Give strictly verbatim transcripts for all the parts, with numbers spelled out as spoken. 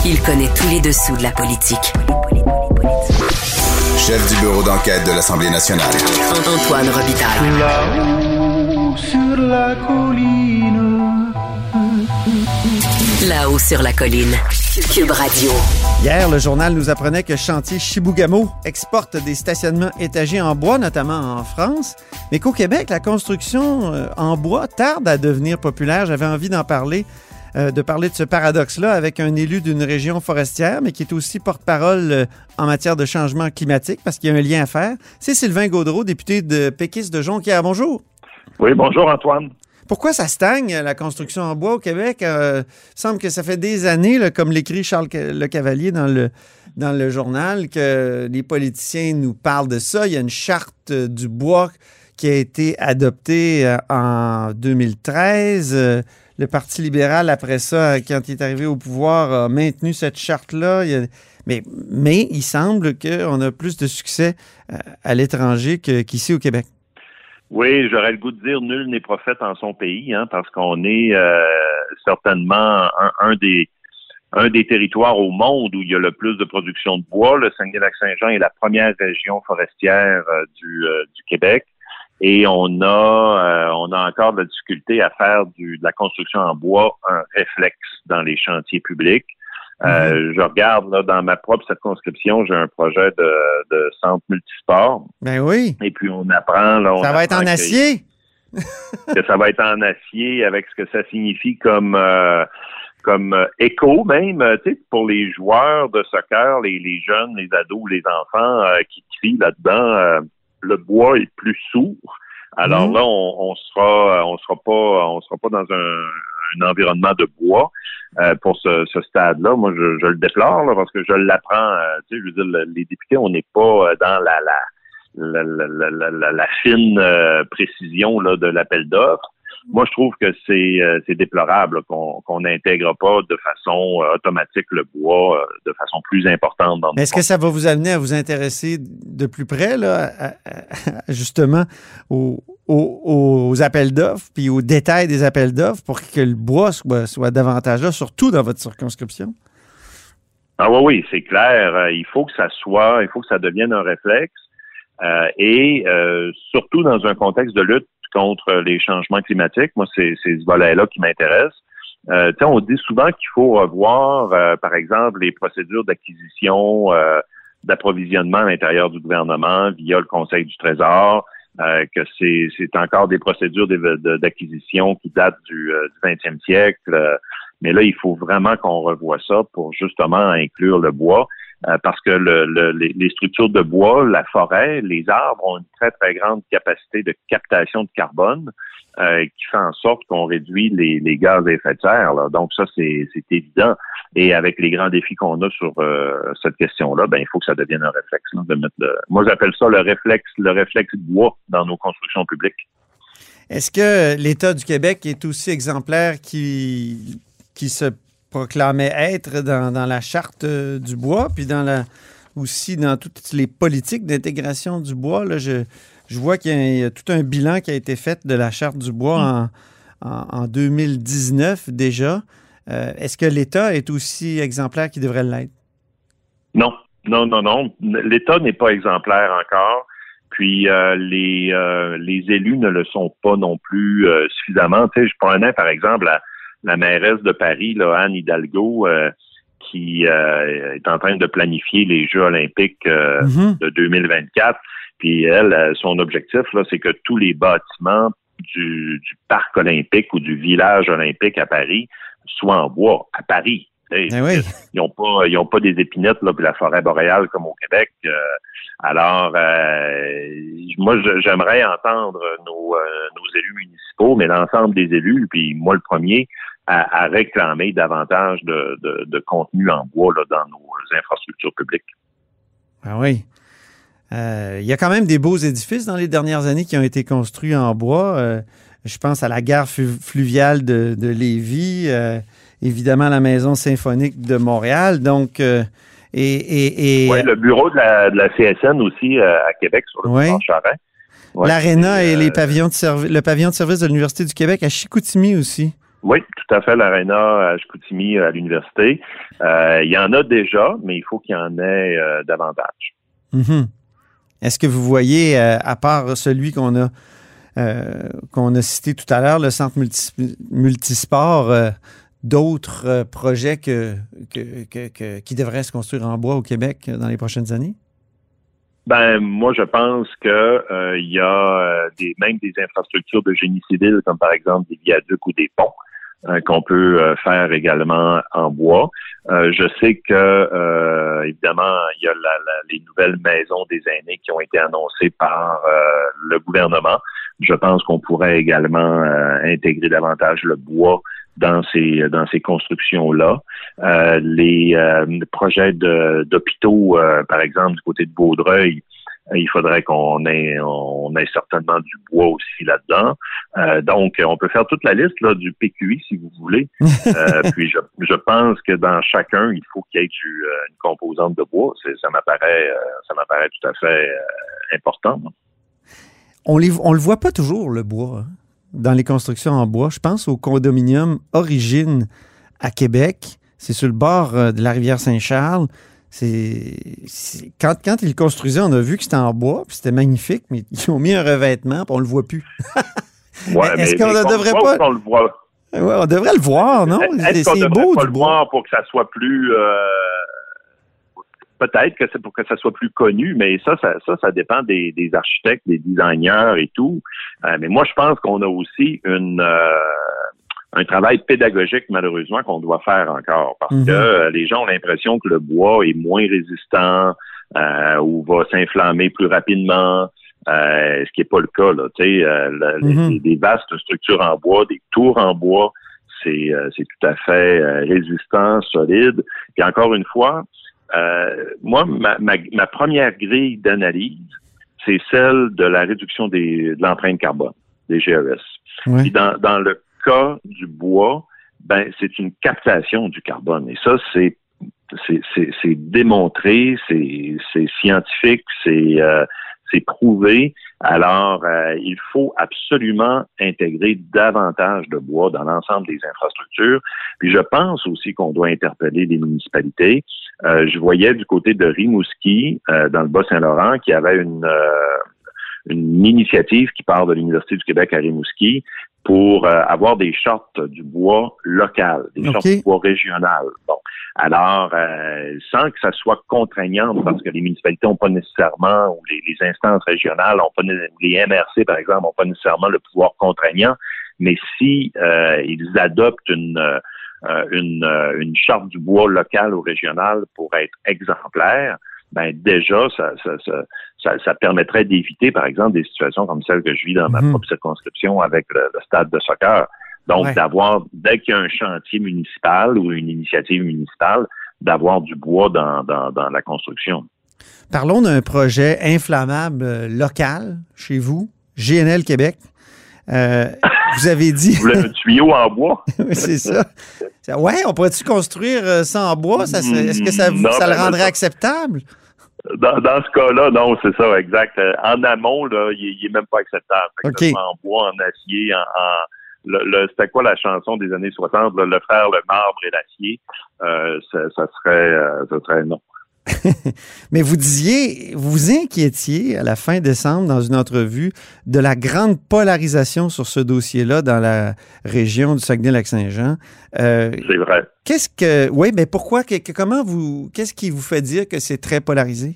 Il connaît tous les dessous de la politique. Chef du bureau d'enquête de l'Assemblée nationale. Antoine Robitaille. Là-haut sur la colline. Là-haut sur la colline. Cube Radio. Hier, le journal nous apprenait que Chantier Chibougamau exporte des stationnements étagés en bois, notamment en France, mais qu'au Québec, la construction euh, en bois tarde à devenir populaire. J'avais envie d'en parler, euh, de parler de ce paradoxe-là avec un élu d'une région forestière, mais qui est aussi porte-parole euh, en matière de changement climatique, parce qu'il y a un lien à faire. C'est Sylvain Gaudreault, député de péquiste de Jonquière. Bonjour. Oui, bonjour Antoine. Pourquoi ça stagne, la construction en bois au Québec? Euh, il semble que ça fait des années, là, comme l'écrit Charles Le Cavalier dans le, dans le journal, que les politiciens nous parlent de ça. Il y a une charte du bois qui a été adoptée euh, en deux mille treize. Euh, le Parti libéral, après ça, quand il est arrivé au pouvoir, a maintenu cette charte-là. Il y a, mais, mais il semble qu'on a plus de succès euh, à l'étranger que, qu'ici au Québec. Oui, j'aurais le goût de dire nul n'est prophète en son pays, hein, parce qu'on est euh, certainement un, un des un des territoires au monde où il y a le plus de production de bois. Le Saguenay-Lac-Saint-Jean est la première région forestière euh, du, euh, du Québec, et on a euh, on a encore de la difficulté à faire du, de la construction en bois un réflexe dans les chantiers publics. Euh, je regarde là dans ma propre circonscription, j'ai un projet de, de centre multisport. Ben oui. Et puis on apprend là. On ça va être en acier. que ça va être en acier avec ce que ça signifie comme euh, comme euh, écho même, tu sais, pour les joueurs de soccer, les, les jeunes, les ados, les enfants euh, qui crient là-dedans, euh, le bois est plus sourd. Alors mmh. là, on, on sera, on sera pas, on sera pas dans un, un environnement de bois euh, pour ce, ce stade-là. Moi, je, je le déplore là, parce que je l'apprends. Euh, tu sais, je veux dire, le, les députés, on n'est pas dans la la la, la, la, la, la fine euh, précision là de l'appel d'offres. Moi, je trouve que c'est euh, c'est déplorable là, qu'on qu'on n'intègre pas de façon euh, automatique le bois euh, de façon plus importante dans. Mais est-ce que ça va vous amener à vous intéresser de plus près là, à, à, justement aux, aux, aux appels d'offres puis aux détails des appels d'offres pour que le bois soit, soit davantage là, surtout dans votre circonscription? Ah oui, oui, c'est clair. Il faut que ça soit, il faut que ça devienne un réflexe euh, et euh, surtout dans un contexte de lutte contre les changements climatiques. Moi, c'est, c'est ce volet-là qui m'intéresse. Euh, tu sais, on dit souvent qu'il faut revoir, euh, par exemple, les procédures d'acquisition, euh, d'approvisionnement à l'intérieur du gouvernement via le Conseil du Trésor, euh, que c'est, c'est encore des procédures de, de, d'acquisition qui datent du, euh, du vingtième siècle. Euh, mais là, il faut vraiment qu'on revoie ça pour justement inclure le bois. Euh, parce que le, le, les, les structures de bois, la forêt, les arbres ont une très, très grande capacité de captation de carbone euh, qui fait en sorte qu'on réduit les, les gaz à effet de serre. Là. Donc ça, c'est, c'est évident. Et avec les grands défis qu'on a sur euh, cette question-là, ben il faut que ça devienne un réflexe. Là, de mettre le... Moi, j'appelle ça le réflexe, le réflexe bois dans nos constructions publiques. Est-ce que l'État du Québec est aussi exemplaire qui, qui se proclamait être dans, dans la charte euh, du bois, puis dans la aussi dans toutes les politiques d'intégration du bois? Là, je, je vois qu'il y a, il y a tout un bilan qui a été fait de la charte du bois en, en, en deux mille dix-neuf déjà. Euh, est-ce que l'État est aussi exemplaire qu'il devrait l'être? Non, non, non, non. L'État n'est pas exemplaire encore. Puis euh, les euh, les élus ne le sont pas non plus euh, suffisamment. Tu sais, je prenais par exemple la la mairesse de Paris, là, Anne Hidalgo, euh, qui euh, est en train de planifier les Jeux olympiques euh, mm-hmm. de deux mille vingt-quatre. Puis elle, son objectif, là, c'est que tous les bâtiments du, du parc olympique ou du village olympique à Paris soient en bois, à Paris. Eh oui. Ils n'ont pas, ils ont pas des épinettes là, puis la forêt boréale comme au Québec. Euh, alors, euh, moi, j'aimerais entendre nos, euh, nos élus municipaux, mais l'ensemble des élus, puis moi le premier, à, à réclamer davantage de, de, de contenu en bois là, dans nos infrastructures publiques. Ah oui. Euh, il y a quand même des beaux édifices dans les dernières années qui ont été construits en bois. Euh, je pense à la gare fluviale de, de Lévis, euh, évidemment la Maison symphonique de Montréal. Donc, euh, et, et, et oui, le bureau de la, de la C S N aussi euh, à Québec sur le oui. boulevard Charest. Ouais, L'Aréna et, euh, les pavillons de servi- le pavillon de service de l'Université du Québec à Chicoutimi aussi. Oui, tout à fait, l'Arena à Chicoutimi à l'université. Euh, il y en a déjà, mais il faut qu'il y en ait euh, davantage. Mm-hmm. Est-ce que vous voyez, euh, à part celui qu'on a euh, qu'on a cité tout à l'heure, le centre multi- multisport, euh, d'autres euh, projets que, que, que, que, qui devraient se construire en bois au Québec dans les prochaines années? Ben, moi, je pense que euh, il y a euh, des, même des infrastructures de génie civil, comme par exemple des viaducs ou des ponts, euh, qu'on peut euh, faire également en bois. Euh, je sais que, euh, évidemment, il y a la, la, les nouvelles maisons des aînés qui ont été annoncées par euh, le gouvernement. Je pense qu'on pourrait également euh, intégrer davantage le bois dans ces dans ces constructions-là. Euh, les euh, projets de, d'hôpitaux, euh, par exemple, du côté de Vaudreuil, euh, il faudrait qu'on ait on ait certainement du bois aussi là-dedans. Euh, donc, on peut faire toute la liste là du P Q I si vous voulez. Euh, puis je, je pense que dans chacun, il faut qu'il y ait du, euh, une composante de bois. C'est, ça m'apparaît euh, ça m'apparaît tout à fait euh, important. Hein. On les on le voit pas toujours, le bois, hein, dans les constructions en bois. Je pense au condominium Origine à Québec. C'est sur le bord de la rivière Saint-Charles. C'est, c'est quand, quand ils le construisaient, on a vu que c'était en bois, puis c'était magnifique, mais ils ont mis un revêtement, puis on le voit plus. Ouais, Est-ce mais, qu'on mais ne devrait voit pas... On le voit. Ouais, on devrait le voir, non? Est-ce c'est qu'on c'est devrait beau pas du le bois. voir pour que ça soit plus... Euh, peut-être que c'est pour que ça soit plus connu, mais ça, ça, ça, ça dépend des, des architectes, des designers et tout. Euh, mais moi, je pense qu'on a aussi une... Euh, un travail pédagogique, malheureusement, qu'on doit faire encore, parce mm-hmm. que euh, les gens ont l'impression que le bois est moins résistant euh, ou va s'inflammer plus rapidement, euh, ce qui n'est pas le cas. Là, tu sais, euh, mm-hmm. les, des vastes structures en bois, des tours en bois, c'est, euh, c'est tout à fait euh, résistant, solide. Puis encore une fois, euh, moi, ma, ma, ma première grille d'analyse, c'est celle de la réduction des, de l'empreinte carbone, des G E S. Oui. Puis dans, dans le cas du bois, ben c'est une captation du carbone. Et ça, c'est c'est, c'est, c'est démontré, c'est, c'est scientifique, c'est, euh, c'est prouvé. Alors, euh, il faut absolument intégrer davantage de bois dans l'ensemble des infrastructures. Puis je pense aussi qu'on doit interpeller les municipalités. Euh, je voyais du côté de Rimouski, euh, dans le Bas-Saint-Laurent, qu'il y avait une, euh, une initiative qui part de l'Université du Québec à Rimouski pour euh, avoir des chartes du bois local, des okay. chartes du bois régionales. Bon, alors, euh, sans que ça soit contraignant, parce que les municipalités n'ont pas nécessairement, ou les, les instances régionales ont pas, ou les M R C, par exemple, n'ont pas nécessairement le pouvoir contraignant, mais si euh, ils adoptent une, euh, une, une charte du bois local ou régional pour être exemplaire, ben déjà, ça, ça, ça, ça, ça permettrait d'éviter, par exemple, des situations comme celle que je vis dans ma mm-hmm. propre circonscription avec le, le stade de soccer. Donc, ouais. d'avoir, dès qu'il y a un chantier municipal ou une initiative municipale, d'avoir du bois dans, dans, dans la construction. Parlons d'un projet inflammable euh, local chez vous, G N L Québec. Euh, vous avez dit... Vous voulez un tuyau en bois? Oui, c'est ça. Ouais, on pourrait-tu construire ça en bois? Ça serait, est-ce que ça, vous, non, ça ben, le rendrait ça... acceptable? Dans, dans ce cas-là, non, c'est ça, exact. En amont, là, il n'est même pas acceptable. Okay. En bois, en acier, en... en le, le, c'était quoi la chanson des années soixante? Là, le frère, le marbre et l'acier. Euh, ça, ça serait euh, ça serait non. Mais vous disiez, vous vous inquiétiez à la fin décembre dans une entrevue de la grande polarisation sur ce dossier-là dans la région du Saguenay-Lac-Saint-Jean. Euh, c'est vrai. Qu'est-ce que, oui, mais pourquoi, que, que, comment vous, qu'est-ce qui vous fait dire que c'est très polarisé?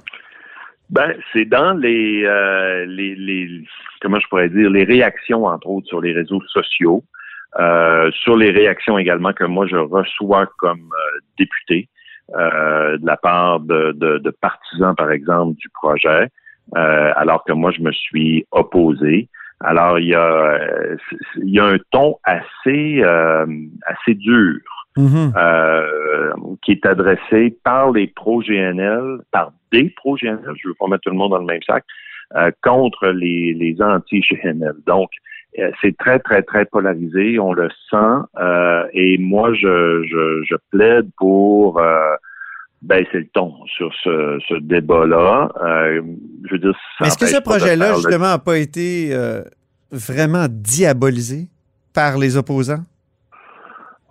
Ben, c'est dans les, euh, les, les, comment je pourrais dire, les réactions, entre autres, sur les réseaux sociaux, euh, sur les réactions également que moi je reçois comme euh, député. Euh, de la part de, de, de partisans, par exemple, du projet, euh, alors que moi, je me suis opposé. Alors, il y a, euh, il y a un ton assez, euh, assez dur mm-hmm. euh, qui est adressé par les pro-G N L, par des pro-G N L, je veux pas mettre tout le monde dans le même sac, euh, contre les, les anti-G N L. Donc, c'est très, très, très polarisé, on le sent, euh, et moi, je, je, je plaide pour euh, baisser le ton sur ce, ce débat-là. Euh, je veux dire, ça est-ce que ce projet-là, justement, n'a pas été euh, vraiment diabolisé par les opposants?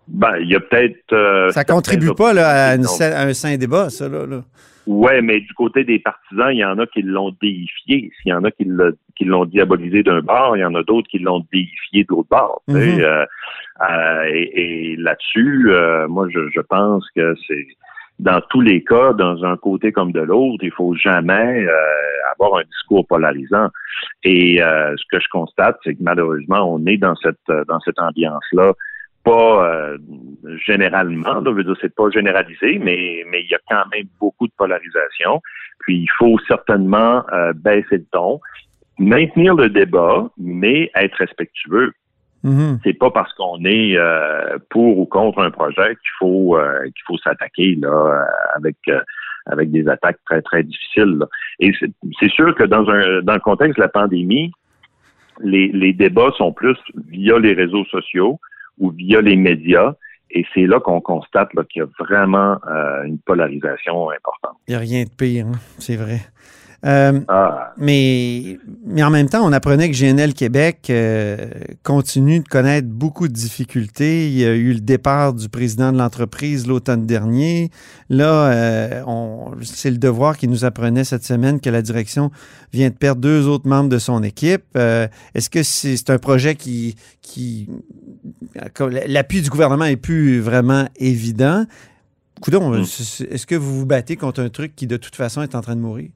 Ben, il y a peut-être... Euh, ça contribue pas là, à, une, à un sain débat, ça, là. là. Oui, mais du côté des partisans, il y en a qui l'ont déifié. S'il y en a qui, l'a, qui l'ont diabolisé d'un bord, il y en a d'autres qui l'ont déifié de l'autre bord. Mm-hmm. Euh, euh, et, et là-dessus, euh, moi, je, je pense que c'est... Dans tous les cas, dans un côté comme de l'autre, il faut jamais euh, avoir un discours polarisant. Et euh, ce que je constate, c'est que malheureusement, on est dans cette dans cette ambiance-là. Pas euh, généralement, là, je veux dire, c'est pas généralisé, mais mais il y a quand même beaucoup de polarisation. Puis il faut certainement euh, baisser le ton, maintenir le débat, mais être respectueux. Mm-hmm. C'est pas parce qu'on est euh, pour ou contre un projet qu'il faut euh, qu'il faut s'attaquer là avec euh, avec des attaques très très difficiles. Là. Et c'est, c'est sûr que dans un dans le contexte de la pandémie, les les débats sont plus via les réseaux sociaux ou via les médias. Et c'est là qu'on constate là, qu'il y a vraiment euh, une polarisation importante. Il n'y a rien de pire, hein? C'est vrai. Euh, ah. mais, mais en même temps, on apprenait que G N L Québec euh, continue de connaître beaucoup de difficultés. Il y a eu le départ du président de l'entreprise l'automne dernier. Là, euh, on, c'est le Devoir qui nous apprenait cette semaine que la direction vient de perdre deux autres membres de son équipe. Euh, est-ce que c'est, c'est un projet qui, qui... L'appui du gouvernement n'est plus vraiment évident? Coudon, mmh. est-ce que vous vous battez contre un truc qui, de toute façon, est en train de mourir?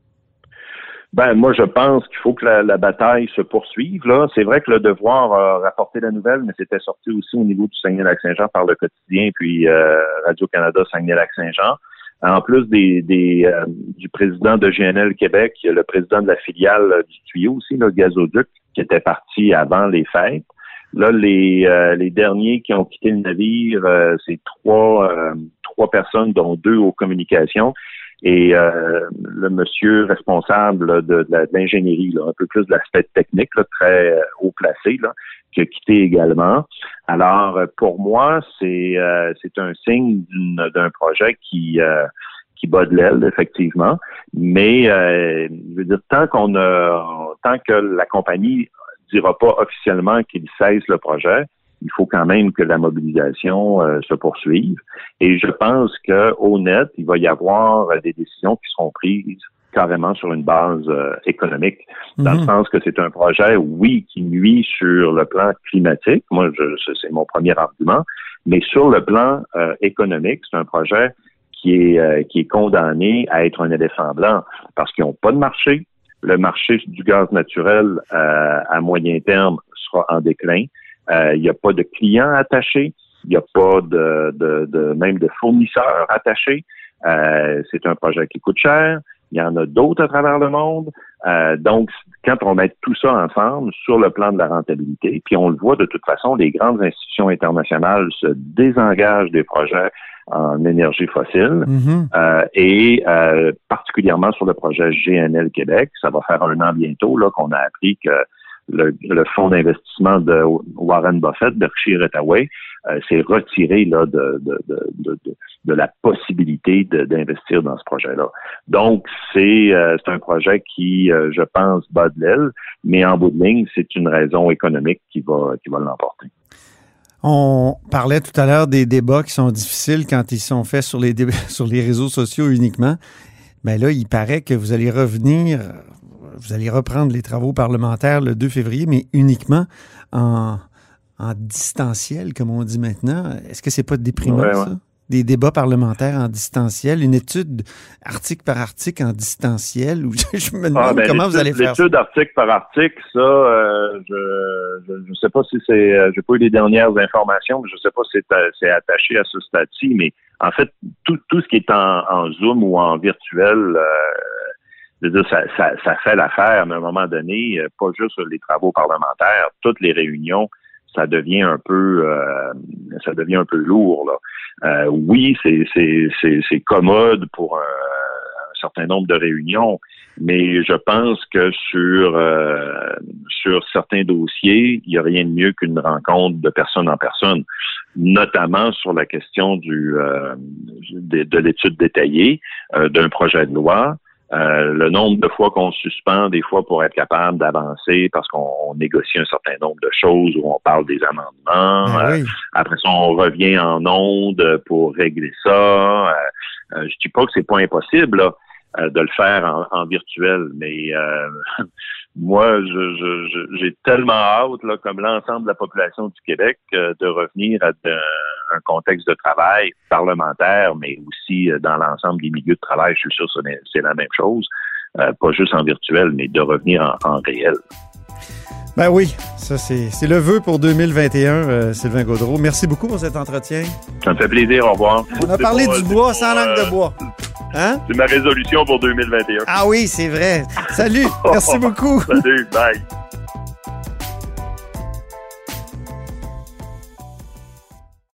Ben, moi, je pense qu'il faut que la, la bataille se poursuive, là. C'est vrai que le Devoir a rapporté la nouvelle, mais c'était sorti aussi au niveau du Saguenay-Lac-Saint-Jean par le quotidien, puis euh, Radio-Canada Saguenay-Lac-Saint-Jean. En plus des, des euh, du président de G N L Québec, il y a le président de la filiale du tuyau aussi, le Gazoduc, qui était parti avant les fêtes. Là, les euh, les derniers qui ont quitté le navire, euh, c'est trois euh, trois personnes, dont deux aux communications. Et euh, le monsieur responsable de, de, de l'ingénierie, là, un peu plus de l'aspect technique, là, très euh, haut placé, là, qui a quitté également. Alors, pour moi, c'est euh, c'est un signe d'une, d'un projet qui euh, qui bat de l'aile, effectivement. Mais euh, je veux dire, tant qu'on a, tant que la compagnie dira pas officiellement qu'il cesse le projet, il faut quand même que la mobilisation euh, se poursuive. Et je pense qu'au net, il va y avoir euh, des décisions qui seront prises carrément sur une base euh, économique, dans mm-hmm. le sens que c'est un projet, oui, qui nuit sur le plan climatique. Moi, je, c'est mon premier argument. Mais sur le plan euh, économique, c'est un projet qui est euh, qui est condamné à être un éléphant blanc parce qu'ils n'ont pas de marché. Le marché du gaz naturel euh, à moyen terme sera en déclin. Il euh, n'y a pas de clients attachés, il n'y a pas de, de, de même de fournisseurs attachés. Euh, c'est un projet qui coûte cher. Il y en a d'autres à travers le monde. Euh, donc, quand on met tout ça ensemble sur le plan de la rentabilité, puis on le voit de toute façon, les grandes institutions internationales se désengagent des projets en énergie fossile mm-hmm. euh, et euh, particulièrement sur le projet G N L Québec. Ça va faire un an bientôt là qu'on a appris que Le, le fonds d'investissement de Warren Buffett, Berkshire Hathaway, euh, s'est retiré là de, de, de, de, de, de la possibilité de, d'investir dans ce projet-là. Donc, c'est, euh, c'est un projet qui, euh, je pense, bat de l'aile, mais en bout de ligne, c'est une raison économique qui va, qui va l'emporter. On parlait tout à l'heure des débats qui sont difficiles quand ils sont faits sur les, dé- sur les réseaux sociaux uniquement. Bien là, il paraît que vous allez revenir... Vous allez reprendre les travaux parlementaires le deux février, mais uniquement en, en distanciel, comme on dit maintenant. Est-ce que c'est pas déprimant, ouais, ça? Ouais. Des débats parlementaires en distanciel, une étude article par article en distanciel? Ou je me demande ah, ben, comment vous allez faire l'étude ça. Article par article, ça, euh, je ne sais pas si c'est... Euh, j'ai pas eu les dernières informations, mais je ne sais pas si c'est, euh, c'est attaché à ce stade-ci, mais en fait, tout, tout ce qui est en, en Zoom ou en virtuel... Euh, Je veux dire, ça, ça, ça fait l'affaire, mais à un moment donné, pas juste sur les travaux parlementaires, toutes les réunions, ça devient un peu, euh, ça devient un peu lourd, là. Euh, oui, c'est, c'est, c'est, c'est commode pour un, un certain nombre de réunions, mais je pense que sur, euh, sur certains dossiers, il n'y a rien de mieux qu'une rencontre de personne en personne, notamment sur la question du, euh, de, de l'étude détaillée euh, d'un projet de loi. Euh, le nombre de fois qu'on suspend, des fois pour être capable d'avancer parce qu'on on négocie un certain nombre de choses où on parle des amendements. Ben oui. euh, après ça, on revient en ondes pour régler ça. Euh, euh, je dis pas que c'est pas impossible là, euh, de le faire en, en virtuel, mais euh, moi, je, je, je, j'ai tellement hâte, là, comme l'ensemble de la population du Québec, euh, de revenir à de, un contexte de travail parlementaire, mais aussi euh, dans l'ensemble des milieux de travail. Je suis sûr que c'est, c'est la même chose, euh, pas juste en virtuel, mais de revenir en, en réel. Ben oui, ça c'est, c'est le vœu pour deux mille vingt et un, euh, Sylvain Gaudreault. Merci beaucoup pour cet entretien. Ça me fait plaisir, au revoir. On a C'est parlé bon, du c'est bois bon, sans langue euh, de bois. Hein? C'est ma résolution pour deux mille vingt et un. Ah oui, c'est vrai. Salut, merci beaucoup. Salut, bye.